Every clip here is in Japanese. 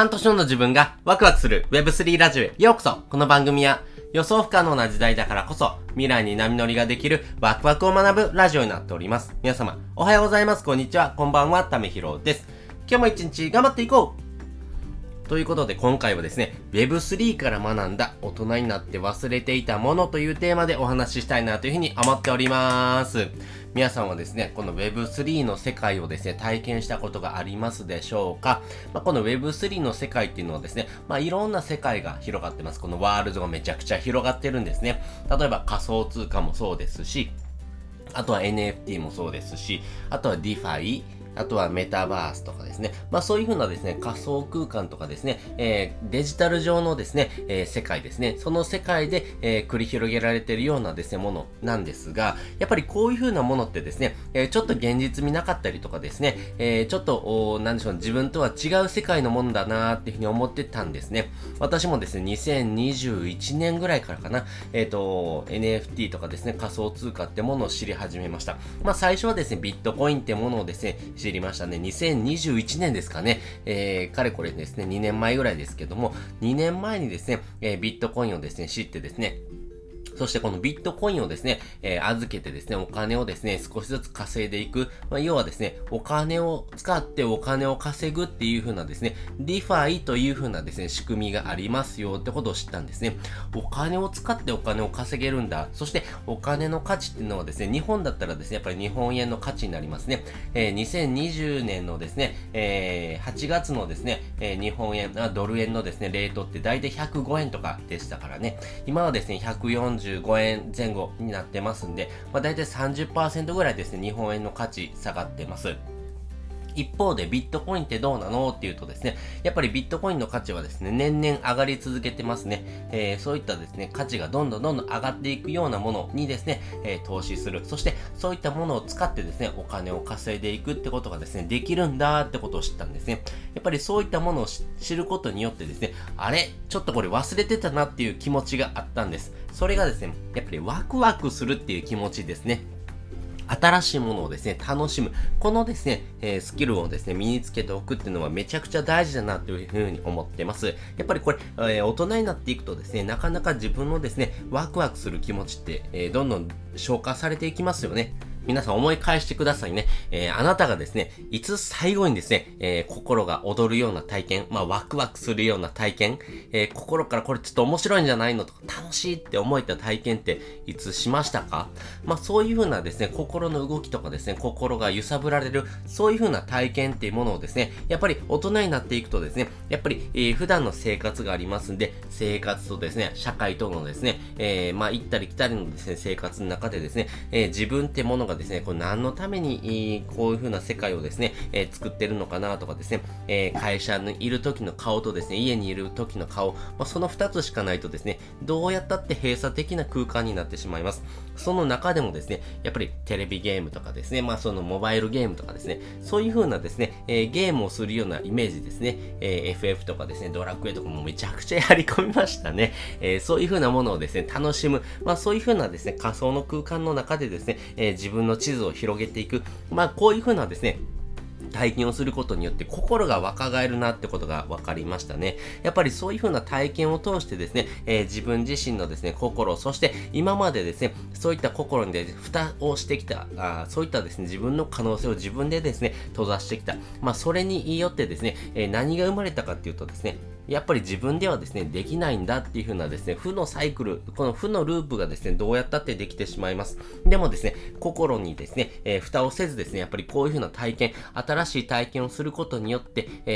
半年後の自分がワクワクする Web3 ラジオへようこそ。この番組は予想不可能な時代だからこそ未来に波乗りができるワクワクを学ぶラジオになっております。皆様おはようございます。こんにちは。こんばんは。ためひろです。今日も一日頑張っていこうということで今回はですね Web3 から学んだ大人になって忘れていたものというテーマでお話ししたいなというふうに思っております。皆さんはですね、この Web3 の世界をですね、体験したことがありますでしょうか？この Web3 の世界っていうのはですね、いろんな世界が広がってます。このワールドがめちゃくちゃ広がってるんですね。例えば仮想通貨もそうですし、あとは NFT もそうですし、あとは DeFi、あとはメタバースとかですね。そういう風なですね、仮想空間とかですね、デジタル上のですね、世界ですね。その世界で、繰り広げられているようなですね、ものなんですが、やっぱりこういう風なものってですね、ちょっと現実味なかったりとかですね、ちょっと、なんでしょう、自分とは違う世界のものだなーっていう風に思ってたんですね。私もですね、2021年ぐらいからかな、NFT とかですね、仮想通貨ってものを知り始めました。最初はですね、ビットコインってものをですね、知りましたね。2021年ですかね。かれこれですね、2年前ぐらいですけども、2年前にですね、ビットコインをですね、知ってですね、そしてこのビットコインをですね、預けてですね、お金をですね、少しずつ稼いでいく。要はですね、お金を使ってお金を稼ぐっていう風なですね、DeFi という風なですね、仕組みがありますよってことを知ったんですね。お金を使ってお金を稼げるんだ。そしてお金の価値っていうのはですね、日本だったらですね、やっぱり日本円の価値になりますね。2020年のですね、8月のですね、日本円、ドル円のですね、レートって大体105円とかでしたからね。今はですね、145円前後になってますんで、だいたい 30% ぐらいですね、日本円の価値下がってます。一方でビットコインってどうなのっていうとですね、やっぱりビットコインの価値はですね、年々上がり続けてますね。そういったですね、価値がどんどん上がっていくようなものにですね、投資する。そしてそういったものを使ってですね、お金を稼いでいくってことがですね、できるんだってことを知ったんですね。やっぱりそういったものを知ることによってですね、あれちょっとこれ忘れてたなっていう気持ちがあったんです。それがですね、やっぱりワクワクするっていう気持ちですね。新しいものをですね、楽しむ。このですね、スキルをですね、身につけておくっていうのはめちゃくちゃ大事だなというふうに思ってます。やっぱりこれ、大人になっていくとですね、なかなか自分のですね、ワクワクする気持ちって、どんどん消化されていきますよね。皆さん思い返してくださいね。あなたがですね、いつ最後にですね、心が躍るような体験、ワクワクするような体験、心からこれちょっと面白いんじゃないのとか、楽しいって思えた体験っていつしましたか？そういう風なですね、心の動きとかですね、心が揺さぶられる、そういう風な体験っていうものをですね、やっぱり大人になっていくとですね、やっぱり、普段の生活がありますんで、生活とですね、社会とのですね、行ったり来たりのですね、生活の中でですね、自分ってものがですね、これ何のために、こういう風な世界をですね、作ってるのかなとかですね、会社にいる時の顔とですね、家にいる時の顔、その2つしかないとですね、どうやったって閉鎖的な空間になってしまいます。その中でもですね、やっぱりテレビゲームとかですね、そのモバイルゲームとかですね、そういう風なですね、ゲームをするようなイメージですね、FF とかですね、ドラクエとかもめちゃくちゃやり込みましたね。そういう風なものをですね、楽しむ、そういう風なですね、仮想の空間の中でですね、自分の地図を広げていく、こういう風なですね、体験をすることによって心が若返るなってことが分かりましたね。やっぱりそういう風な体験を通してですね、自分自身のですね、心、そして今までですね、そういった心に蓋をしてきた、そういったですね、自分の可能性を自分でですね、閉ざしてきた。それによってですね、何が生まれたかっていうとですね、やっぱり自分ではですね、できないんだっていう風なですね、負のサイクル、この負のループがですね、どうやったってできてしまいます。でもですね、心にですね、蓋をせずですね、やっぱりこういう風な体験、新しい体験をすることによって、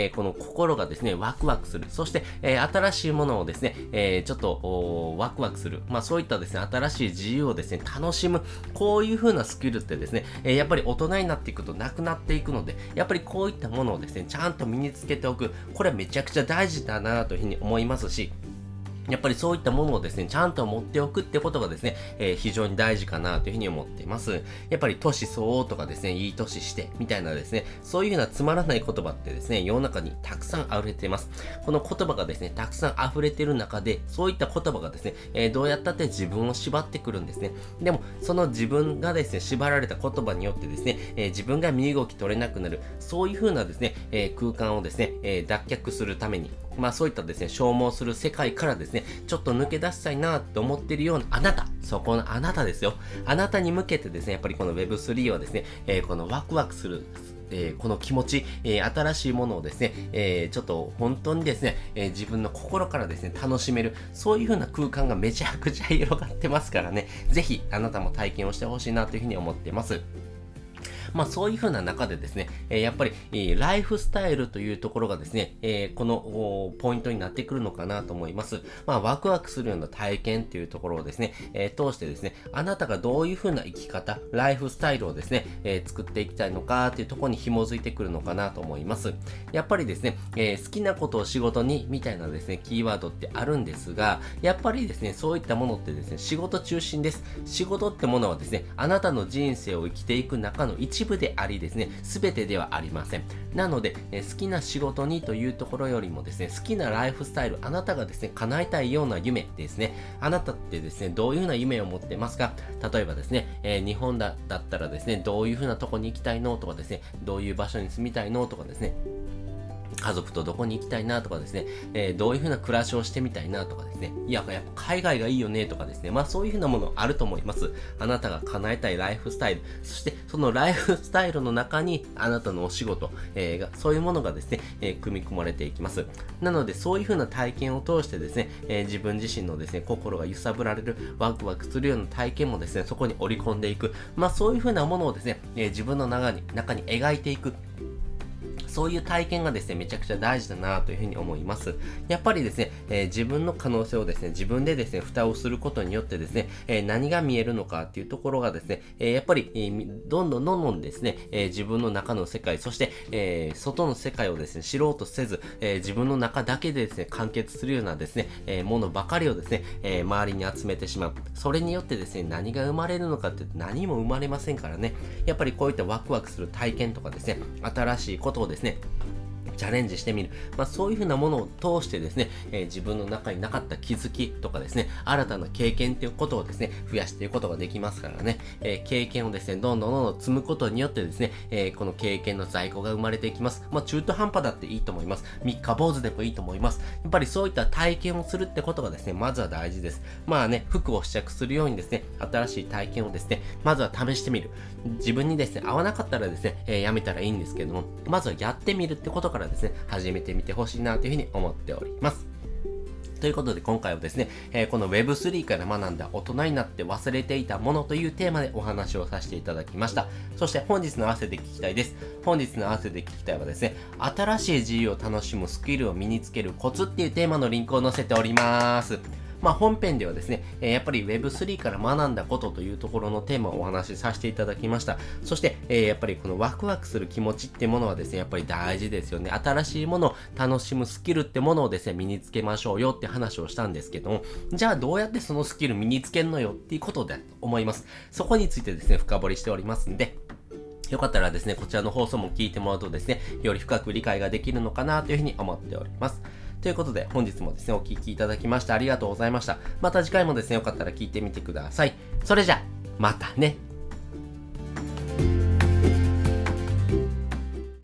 この心がですね、ワクワクする。そして、新しいものをですね、ちょっとワクワクする。そういったですね、新しい自由をですね、楽しむ。こういう風なスキルってですね、やっぱり大人になっていくとなくなっていくので、やっぱりこういったものをですね、ちゃんと身につけておく。これはめちゃくちゃ大事だなというふうに思いますし、 やっぱりそういったものをですね、ちゃんと持っておくってことがですね、非常に大事かなというふうに思っています。やっぱり年相応とかですね、いい年してみたいなですね、そういうようなつまらない言葉ってですね、世の中にたくさん溢れています。この言葉がですね、たくさん溢れている中で、そういった言葉がですね、どうやったって自分を縛ってくるんですね。でも、その自分がですね、縛られた言葉によってですね、自分が身動き取れなくなる、そういう風なですね、空間をですね、脱却するために、そういったですね、消耗する世界からですね、ちょっと抜け出したいなって思っているようなあなた、そこのあなたですよ。あなたに向けてですね、やっぱりこの Web3 はですね、このワクワクする、この気持ち、新しいものをですね、ちょっと本当にですね、自分の心からですね、楽しめる、そういう風な空間がめちゃくちゃ広がってますからね、ぜひあなたも体験をしてほしいなというふうに思っています。そういう風な中でですね、やっぱり、ライフスタイルというところがですね、このポイントになってくるのかなと思います。ワクワクするような体験っていうところをですね、通してですね、あなたがどういう風な生き方、ライフスタイルをですね、作っていきたいのかっていうところに紐づいてくるのかなと思います。やっぱりですね、好きなことを仕事にみたいなですね、キーワードってあるんですが、やっぱりですね、そういったものってですね、仕事中心です。仕事ってものはですね、あなたの人生を生きていく中の一部でありですね、全てではありません。なので、好きな仕事にというところよりもですね、好きなライフスタイル、あなたがですね、叶えたいような夢ですね、あなたってですね、どういうふうな夢を持ってますか？例えばですね、日本だったらですね、どういうふうなとこに行きたいのとかですね、どういう場所に住みたいのとかですね、家族とどこに行きたいなとかですね、どういう風な暮らしをしてみたいなとかですね、やっぱ海外がいいよねとかですね、そういう風なものあると思います。あなたが叶えたいライフスタイル、そしてそのライフスタイルの中にあなたのお仕事、そういうものがですね、組み込まれていきます。なのでそういう風な体験を通してですね、自分自身のですね、心が揺さぶられる、ワクワクするような体験もですね、そこに織り込んでいく、そういう風なものをですね、自分の中に描いていく、そういう体験がですね、めちゃくちゃ大事だなというふうに思います。やっぱりですね、自分の可能性をですね、自分でですね、蓋をすることによってですね、何が見えるのかっていうところがですね、やっぱり、どんどんですね、自分の中の世界、そして、外の世界をですね、知ろうとせず、自分の中だけでですね、完結するようなですね、ものばかりをですね、周りに集めてしまう。それによってですね、何が生まれるのかって何も生まれませんからね。やっぱりこういったワクワクする体験とかですね、新しいことをですね、チャレンジしてみる。そういうふうなものを通してですね、自分の中になかった気づきとかですね、新たな経験っていうことをですね、増やしていくことができますからね、経験をですね、どんどん積むことによってですね、この経験の在庫が生まれていきます。中途半端だっていいと思います。三日坊主でもいいと思います。やっぱりそういった体験をするってことがですね、まずは大事です。服を試着するようにですね、新しい体験をですね、まずは試してみる。自分にですね、合わなかったらですね、やめたらいいんですけども、まずはやってみるってことからですね、始めてみてほしいなというふうに思っております。ということで今回はですね、この Web3 から学んだ大人になって忘れていたものというテーマでお話をさせていただきました。そして本日の合わせて聞きたいです。本日の合わせて聞きたいはですね、新しい自由を楽しむスキルを身につけるコツっていうテーマのリンクを載せております。本編ではですね、やっぱり Web3 から学んだことというところのテーマをお話しさせていただきました。そして、やっぱりこのワクワクする気持ちってものはですね、やっぱり大事ですよね。新しいものを楽しむスキルってものをですね、身につけましょうよって話をしたんですけども、じゃあどうやってそのスキル身につけんのよっていうことだと思います。そこについてですね、深掘りしておりますんで、よかったらですね、こちらの放送も聞いてもらうとですね、より深く理解ができるのかなというふうに思っております。ということで、本日もですね、お聞きいただきましてありがとうございました。また次回もですね、よかったら聞いてみてください。それじゃ、またね。